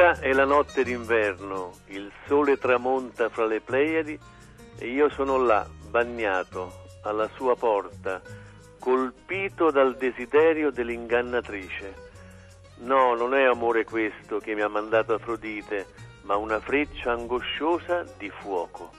Ora è la notte d'inverno, il sole tramonta fra le Pleiadi e io sono là, bagnato, alla sua porta, colpito dal desiderio dell'ingannatrice. No, non è amore questo che mi ha mandato Afrodite, ma una freccia angosciosa di fuoco.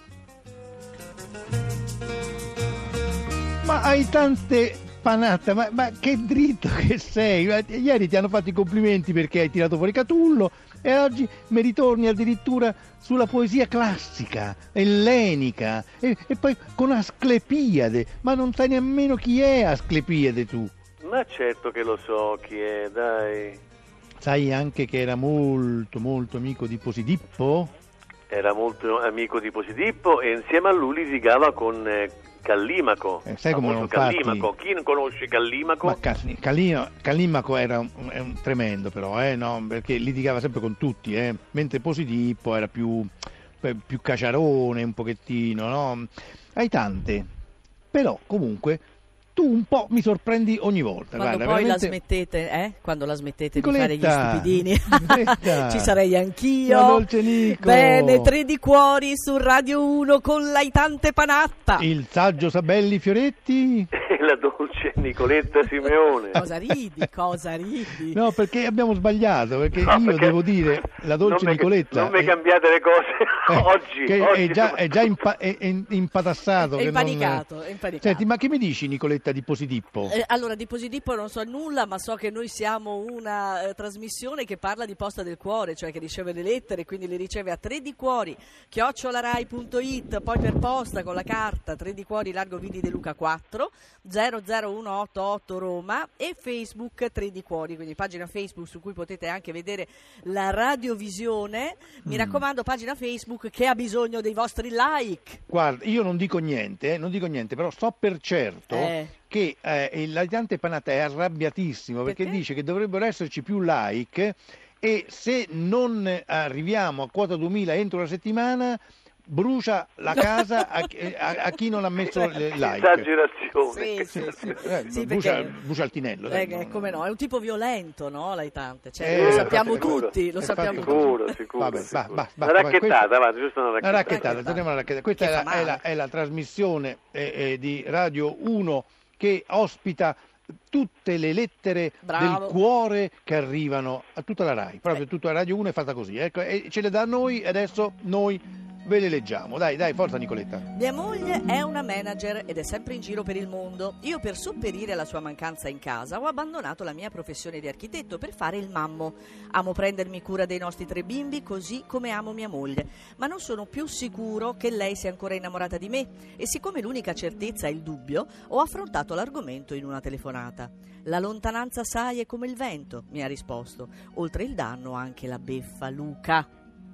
Ma hai tante Panatta, ma che dritto che sei! Ieri ti hanno fatto i complimenti perché hai tirato fuori Catullo e oggi mi ritorni addirittura sulla poesia classica, ellenica e poi con Asclepiade. Ma non sai nemmeno chi è Asclepiade tu? Ma certo che lo so chi è, dai. Sai anche che era molto molto amico di Posidippo? Era molto amico di Posidippo e insieme a lui litigava con Callimaco. Sai come non Callimaco. Chi non conosce Callimaco? Ma Callimaco era un tremendo però, no? Perché litigava sempre con tutti, mentre Posidippo era più caciarone un pochettino, no? Hai tante, però comunque tu un po' mi sorprendi ogni volta. Quando guarda, poi veramente... la smettete, quando la smettete Nicoletta, di fare gli stupidini, ci sarei anch'io. La dolce Nico. Bene, 3 di cuori su Radio 1 con l'Aitante Panatta. Il saggio Sabelli Fioretti. La dolce Nicoletta Simeone. Cosa ridi? No, perché abbiamo sbagliato, perché io devo dire la dolce Nicoletta. Non mi cambiate le cose oggi. Che oggi è già impatassato. È impanicato. Senti, ma che mi dici Nicoletta di Posidippo? Allora, di Posidippo non so nulla, ma so che noi siamo una trasmissione che parla di posta del cuore, cioè che riceve le lettere, quindi le riceve a 3 di cuori @rai.it, poi per posta con la carta 3 di cuori Largo Vidi De Luca 4 00188 Roma, e Facebook 3 di cuori, quindi pagina Facebook su cui potete anche vedere la radiovisione. Mi raccomando, pagina Facebook che ha bisogno dei vostri like. Guarda, io non dico niente, però so per certo che l'Aitante Panatta è arrabbiatissimo perché dice che dovrebbero esserci più like e se non arriviamo a quota 2000 entro una settina brucia la casa a chi non ha messo le like. Esagerazione. Sì, brucia il tinello. Come no, è un tipo violento, no, l'Aitante? Cioè, lo sappiamo tutti, Sicuro. Vabbè, Una racchettata, va, giusto una racchettata. Torniamo alla racchettata. Questa è la trasmissione di Radio 1 che ospita tutte le lettere del cuore che arrivano a tutta la Rai, proprio tutta la Radio 1 è fatta così, ecco, e ce le dà a noi e adesso noi ve le leggiamo. Dai, forza Nicoletta. Mia moglie è una manager ed è sempre in giro per il mondo. Io, per sopperire alla sua mancanza in casa, ho abbandonato la mia professione di architetto per fare il mammo. Amo prendermi cura dei nostri 3 bimbi così come amo mia moglie, ma non sono più sicuro che lei sia ancora innamorata di me e siccome l'unica certezza è il dubbio, ho affrontato l'argomento in una telefonata. La lontananza, sai, è come il vento, mi ha risposto. Oltre il danno anche la beffa, Luca.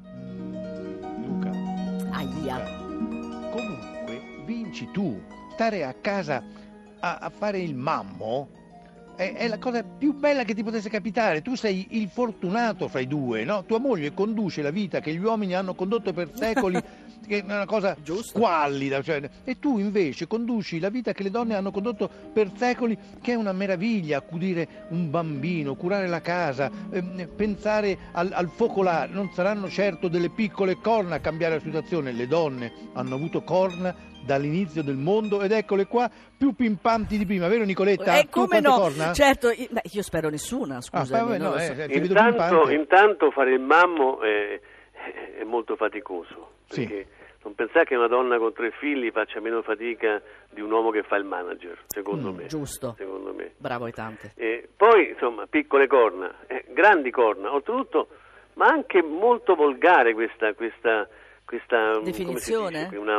Aia. Comunque vinci tu. Stare a casa a fare il mammo è la cosa più bella che ti potesse capitare. Tu sei il fortunato fra i due, no? Tua moglie conduce la vita che gli uomini hanno condotto per secoli, che è una cosa squallida, cioè, e tu invece conduci la vita che le donne hanno condotto per secoli, che è una meraviglia: accudire un bambino, curare la casa, pensare al focolare. Non saranno certo delle piccole corna a cambiare la situazione. Le donne hanno avuto corna dall'inizio del mondo ed eccole qua più pimpanti di prima, vero Nicoletta? Come no? Corna? Certo, io spero nessuna, scusa. Intanto fare il mammo è molto faticoso, perché non pensare che una donna con 3 figli faccia meno fatica di un uomo che fa il manager, secondo me. Giusto. Secondo me. Bravo Aitante. Poi, insomma, piccole corna, grandi corna, oltretutto, ma anche molto volgare questa definizione? Una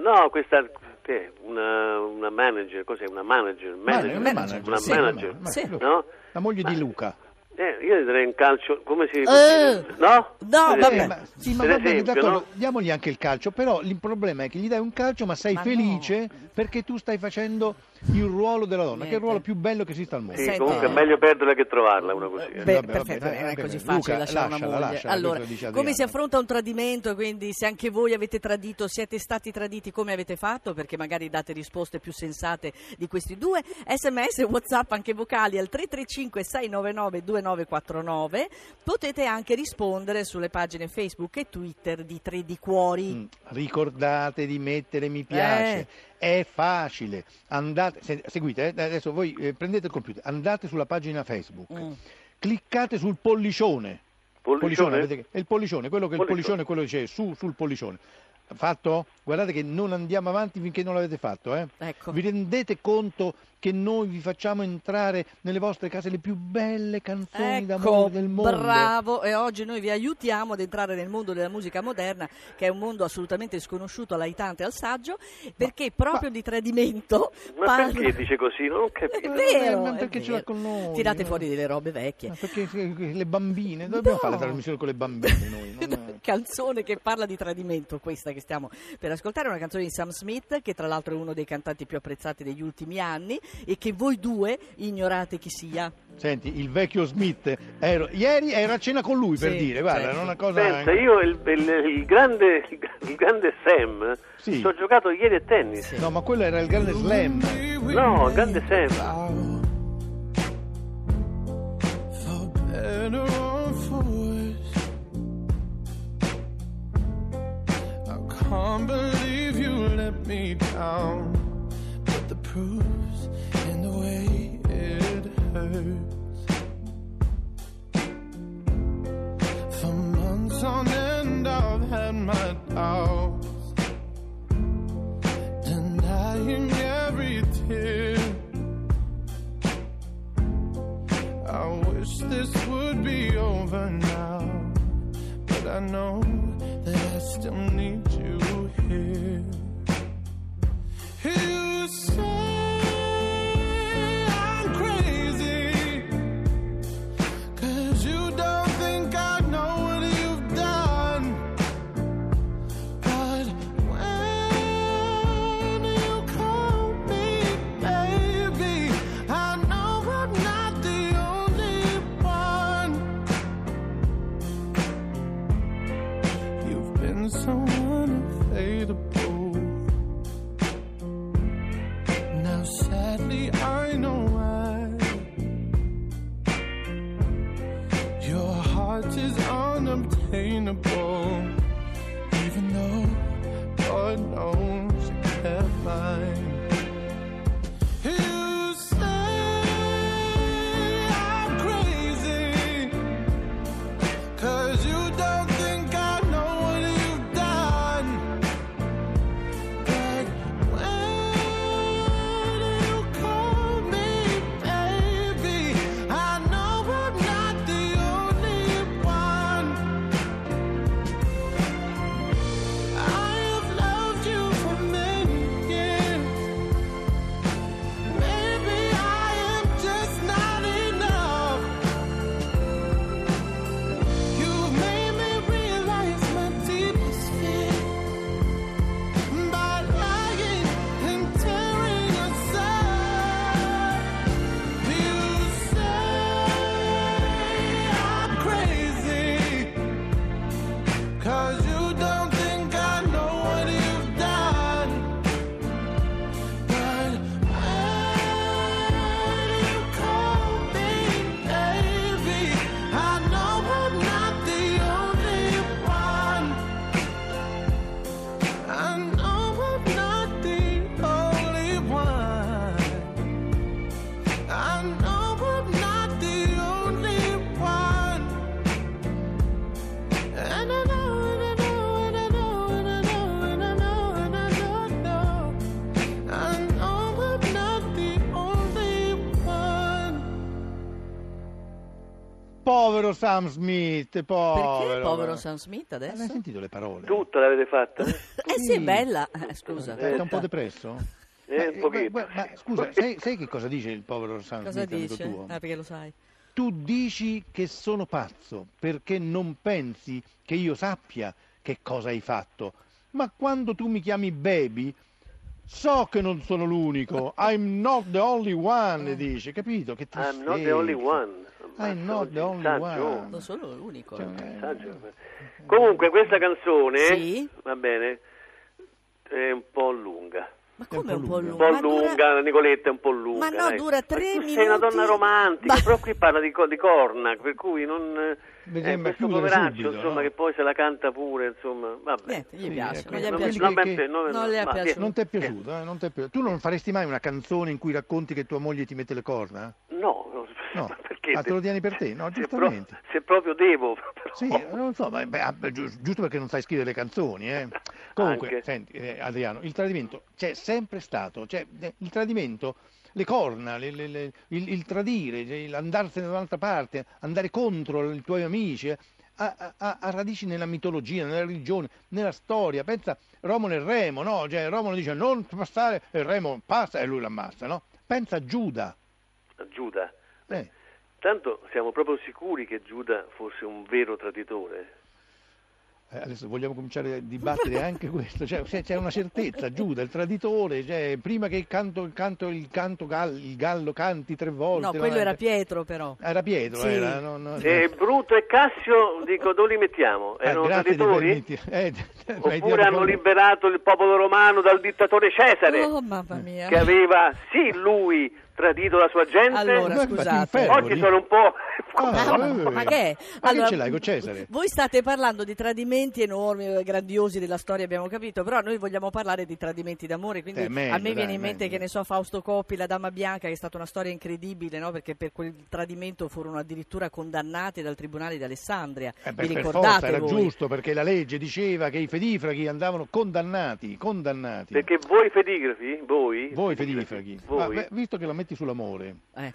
manager, cos'è? Una manager, no? La moglie di Luca. Io direi un calcio, come si no? No, vabbè. Ma va bene, d'accordo, diamogli anche il calcio, però il problema è che gli dai un calcio ma sei felice perché tu stai facendo il ruolo della donna, che è il ruolo più bello che esista al mondo. Sì, comunque è meglio perderla che trovarla, una così. Perfetto, non è così facile lasciare una moglie. Allora, come si affronta un tradimento? Quindi se anche voi avete tradito, siete stati traditi, come avete fatto? Perché magari date risposte più sensate di questi due. SMS, WhatsApp, anche vocali al 335 699 2949. 349. Potete anche rispondere sulle pagine Facebook e Twitter di 3 di Cuori. Ricordate di mettere mi piace, è facile. Andate, seguite, adesso voi prendete il computer, andate sulla pagina Facebook, cliccate sul pollicione. Pollicione? Vedete, è il pollicione, quello che il pollicione, quello che c'è sul pollicione. Fatto? Guardate che non andiamo avanti finché non l'avete fatto, Ecco. Vi rendete conto che noi vi facciamo entrare nelle vostre case le più belle canzoni d'amore del mondo? Bravo, e oggi noi vi aiutiamo ad entrare nel mondo della musica moderna, che è un mondo assolutamente sconosciuto all'aitante al saggio, perché proprio di tradimento Ma perché dice così? Non ho capito. È vero, Ma perché è ce l'ha vero. con noi? Tirate fuori delle robe vecchie. Ma perché le bambine, dobbiamo fare la trasmissione con le bambine noi, non Canzone che parla di tradimento, questa che stiamo per ascoltare, è una canzone di Sam Smith, che tra l'altro è uno dei cantanti più apprezzati degli ultimi anni e che voi due ignorate chi sia. Senti, il vecchio Smith, ieri ero a cena con lui, per Sì, dire, guarda, certo. è una cosa... Pensa, io il grande Sam Sì. ci ho giocato ieri a tennis. No, ma quello era il grande Slam. No, il grande Sam. For better or for worse, I can't believe you let me down, but the proof's in the way it hurts. For months on end I've had my doubts, denying every tear. I wish this would be over now, but I know that I still need you here. You say I'm crazy, 'cause you don't think I know what you've done. But when you call me baby, I know I'm not the only one. You've been so unavailable. Now sadly I know why. Your heart is unobtainable, even though God knows you kept mine. You say I'm crazy, 'cause you don't think I know what you've done. But when you call me baby, I know I'm not the only one. I have loved you for many years. Maybe I am just not enough. You've made me realize my deepest fear by lying and tearing us up. You say I'm crazy, 'cause you don't think I know what you've done. But when you call me baby, I know I'm not the only one. I know I'm not the only one. I know I'm not the only one. And I know, and I know, and I know, and I know, and I know, and I know. I know I'm not the only one. Povero Sam Smith, povero. Perché povero Sam Smith Hai adesso? sentito le parole? Tutta l'avete fatta? Sì, è bella. Scusa. È un po' depresso? Un pochetto. Ma scusa, sai che cosa dice il povero Sam Cosa Smith, amico dice? tuo? Perché lo sai. Tu dici che sono pazzo perché non pensi che io sappia che cosa hai fatto, ma quando tu mi chiami baby so che non sono l'unico. I'm not the only one, dice, capito? Che I'm not the only one. I'm not the only one. Non sono l'unico. Comunque questa canzone, Sì. va bene, è un po' lunga. Ma È un come po' un po' lunga. lunga? Un po' lunga, Nicoletta, è un po' lunga. Ma no, ecco. dura 3 tu minuti. sei una donna romantica, Ma- però qui parla di corna, per cui non... Mi sembra questo chiudere poveraccio, subito, insomma, no? che poi se la canta pure, insomma, vabbè. Niente, gli Sì, piace, ecco, non gli è no, piaciuto. quelli che- Non le è ma- piaciuto. Non ti è piaciuto, non ti è piaciuto. Tu non faresti mai una canzone in cui racconti che tua moglie ti mette le corna? No, No. ma perché? Ah, te lo tieni per te? No, Se giustamente. se proprio devo. Però. Sì, non so, giusto perché non sai scrivere le canzoni, eh. Comunque, Anche. senti, Adriano, il tradimento c'è sempre stato, cioè il tradimento, le corna, il tradire, cioè, l'andarsene da un'altra parte, andare contro i tuoi amici, ha radici nella mitologia, nella religione, nella storia. Pensa Romolo e Remo, no? Cioè, Romolo dice non passare e Remo passa e lui l'ammazza, no? Pensa a Giuda. Giuda. Eh. Tanto siamo proprio sicuri che Giuda fosse un vero traditore. Adesso vogliamo cominciare a dibattere anche questo, cioè c'è una certezza, Giuda, il traditore, cioè, prima che il gallo canti 3 volte. No, quello era Pietro però. Era Pietro, Sì. era. Bruto e Cassio, dico, dove li mettiamo? Erano grazie di traditori? permetti- mi hai Oppure tirato hanno fuori- liberato il popolo romano dal dittatore Cesare, Oh, mamma mia. che aveva, sì, lui tradito la sua gente. Allora, Ma scusate. ti infervori? Oggi sono un po'... Ma che è? Ma che ce l'hai con Cesare? Voi state parlando di tradimenti enormi, grandiosi della storia, abbiamo capito, però noi vogliamo parlare di tradimenti d'amore, quindi meglio, a me viene dai, in mente, meglio. che ne so, Fausto Coppi, la Dama Bianca, che è stata una storia incredibile, no? Perché per quel tradimento furono addirittura condannati dal Tribunale di Alessandria. Vi Per ricordate forza, era voi? giusto, perché la legge diceva che i fedifraghi andavano condannati. Perché voi fedigrafi, Voi fedifraghi, voi, ma, visto che la metti sull'amore, Eh.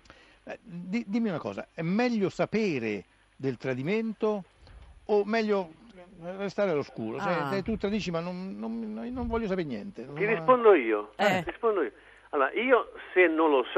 dimmi una cosa, è meglio sapere del tradimento o meglio restare all'oscuro? Ah. Se tu tradisci ma non voglio sapere niente. ti rispondo io. Rispondo io. Allora, io se non lo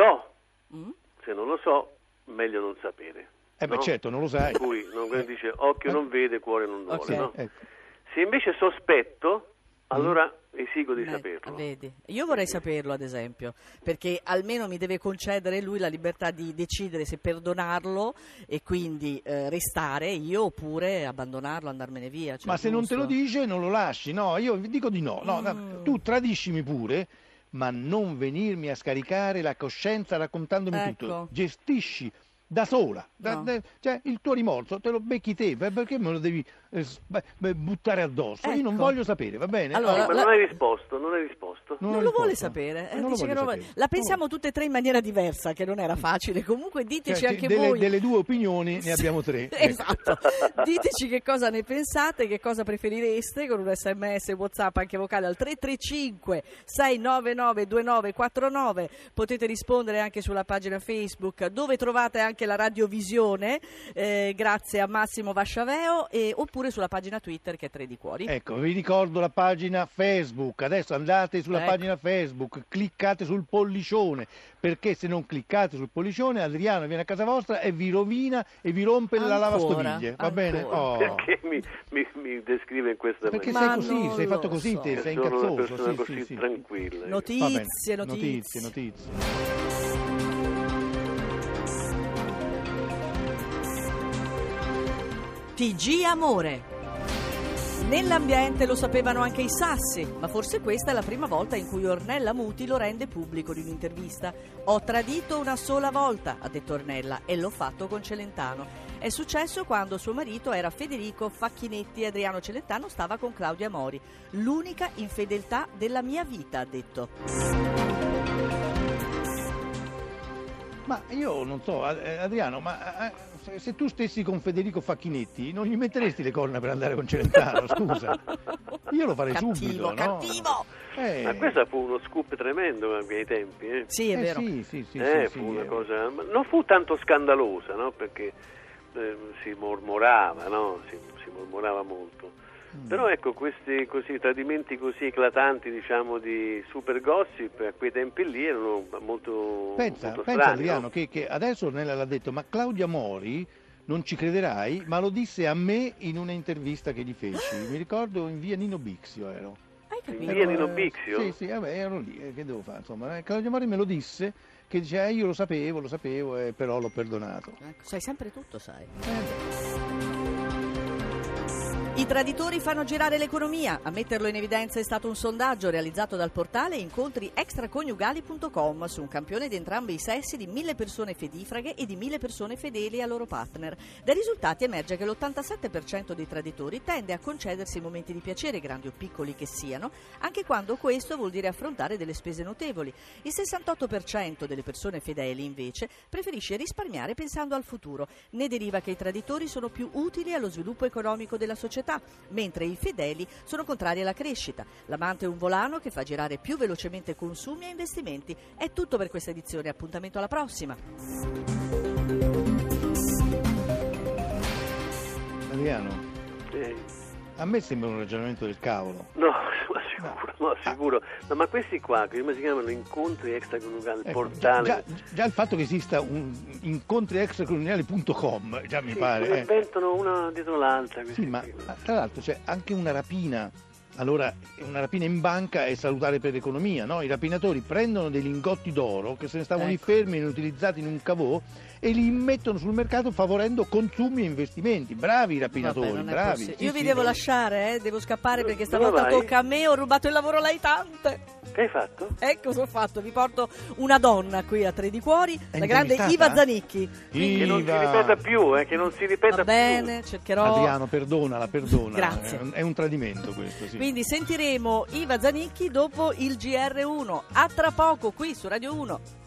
so, meglio non sapere. Beh, no? certo, non lo sai. Per cui dice occhio non vede, cuore non vuole. Ok. No? Ecco. Se invece sospetto, allora esigo di saperlo. Vedi. Io vorrei saperlo, ad esempio, perché almeno mi deve concedere lui la libertà di decidere se perdonarlo e quindi restare io, oppure abbandonarlo, andarmene via. Cioè, Ma se non te lo giusto? dice non lo lasci, no, io dico di no, tu tradiscimi pure, ma non venirmi a scaricare la coscienza raccontandomi Ecco. tutto, gestisci da sola, No. cioè il tuo rimorso te lo becchi te, perché me lo devi buttare addosso? Io non Ecco. voglio sapere, va bene? Allora, Ma non hai risposto. Non ho lo vuole risposto. sapere, Non lo dice voglio che non lo sapere. vuole. La pensiamo tutte e tre in maniera diversa, che non era facile. Comunque diteci Cioè, anche voi. delle 2 opinioni ne abbiamo 3. Esatto. Diteci che cosa ne pensate, che cosa preferireste, con un SMS WhatsApp anche vocale al 335 699 2949. Potete rispondere anche sulla pagina Facebook, dove trovate anche la radiovisione, grazie a Massimo Vasciaveo, oppure sulla pagina Twitter, che è 3 di Cuori. Ecco, vi ricordo la pagina Facebook, adesso andate sulla Ecco. pagina Facebook, cliccate sul pollicione, perché se non cliccate sul pollicione Adriano viene a casa vostra e vi rovina e vi rompe la Ancora, lavastoviglie, va bene? ancora. Oh. Perché mi descrive in questa Perché maniera? Ma sei così, non sei fatto lo così so. te, sei Sono una incazzoso, persona sì, così sì. tranquilla. Va Notizie, bene, notizie. notizie. TG Amore. Nell'ambiente lo sapevano anche i Sassi, ma forse questa è la prima volta in cui Ornella Muti lo rende pubblico in un'intervista. Ho tradito una sola volta, ha detto Ornella, e l'ho fatto con Celentano. È successo quando suo marito era Federico Facchinetti e Adriano Celentano stava con Claudia Mori. L'unica infedeltà della mia vita, ha detto. Ma io non so, Adriano, ma se tu stessi con Federico Facchinetti non gli metteresti le corna per andare con Celentano, scusa? Io lo farei subito, no? Cattivo! Ma questo fu uno scoop tremendo a quei tempi, eh? Sì, è vero. Sì, Fu una cosa, ma non fu tanto scandalosa, no? Perché si mormorava, no? Si mormorava molto. Però ecco, questi così tradimenti così eclatanti, diciamo, di super gossip a quei tempi lì erano molto Pensa strani, Adriano, no? che adesso Ornella l'ha detto, ma Claudia Mori, non ci crederai, ma lo disse a me in una intervista che gli feci. Mi ricordo in via Nino Bixio ero. Hai capito? In via Nino Bixio? Sì, vabbè, ero lì, che devo fare? Insomma, Claudia Mori me lo disse, che dice, io lo sapevo, però l'ho perdonato. Ecco, sai sempre tutto, sai. I traditori fanno girare l'economia. A metterlo in evidenza è stato un sondaggio realizzato dal portale incontriextraconiugali.com su un campione di entrambi i sessi di 1000 persone fedifraghe e di 1000 persone fedeli ai loro partner. Dai risultati emerge che l'87% dei traditori tende a concedersi momenti di piacere, grandi o piccoli che siano, anche quando questo vuol dire affrontare delle spese notevoli. Il 68% delle persone fedeli, invece, preferisce risparmiare pensando al futuro. Ne deriva che i traditori sono più utili allo sviluppo economico della società, mentre i fedeli sono contrari alla crescita. L'amante è un volano che fa girare più velocemente consumi e investimenti. È tutto per questa edizione, appuntamento alla prossima. Adriano, Sì. a me sembra un ragionamento del cavolo. No, ma sicuro. No, ma questi qua, come si chiamano? Incontri extraconiugali, Ecco, portale. già il fatto che esista un incontriextraconiugali.com già mi Sì, pare. ne inventano una dietro l'altra. Sì, questi ma qui. tra l'altro c'è anche una rapina. Allora, una rapina in banca è salutare per l'economia, no? I rapinatori prendono dei lingotti d'oro che se ne stavano lì Ecco. fermi, inutilizzati in un cavò, e li immettono sul mercato favorendo consumi e investimenti. Bravi i rapinatori, Vabbè, non è bravi. possibile. Sì, Io sì. vi devo lasciare, devo scappare perché Dove stavolta vai? tocca a me, ho rubato il lavoro laitante. Che hai fatto? Ecco cosa ho fatto, vi porto una donna qui a Tre di Cuori, È la grande intervistata? Iva Zanicchi. Che non si Iva. ripeta più, che non si ripeta Va bene, più. cercherò. Adriano, perdona. Grazie. È un tradimento questo, sì. Quindi sentiremo Iva Zanicchi dopo il GR1. A tra poco qui su Radio 1.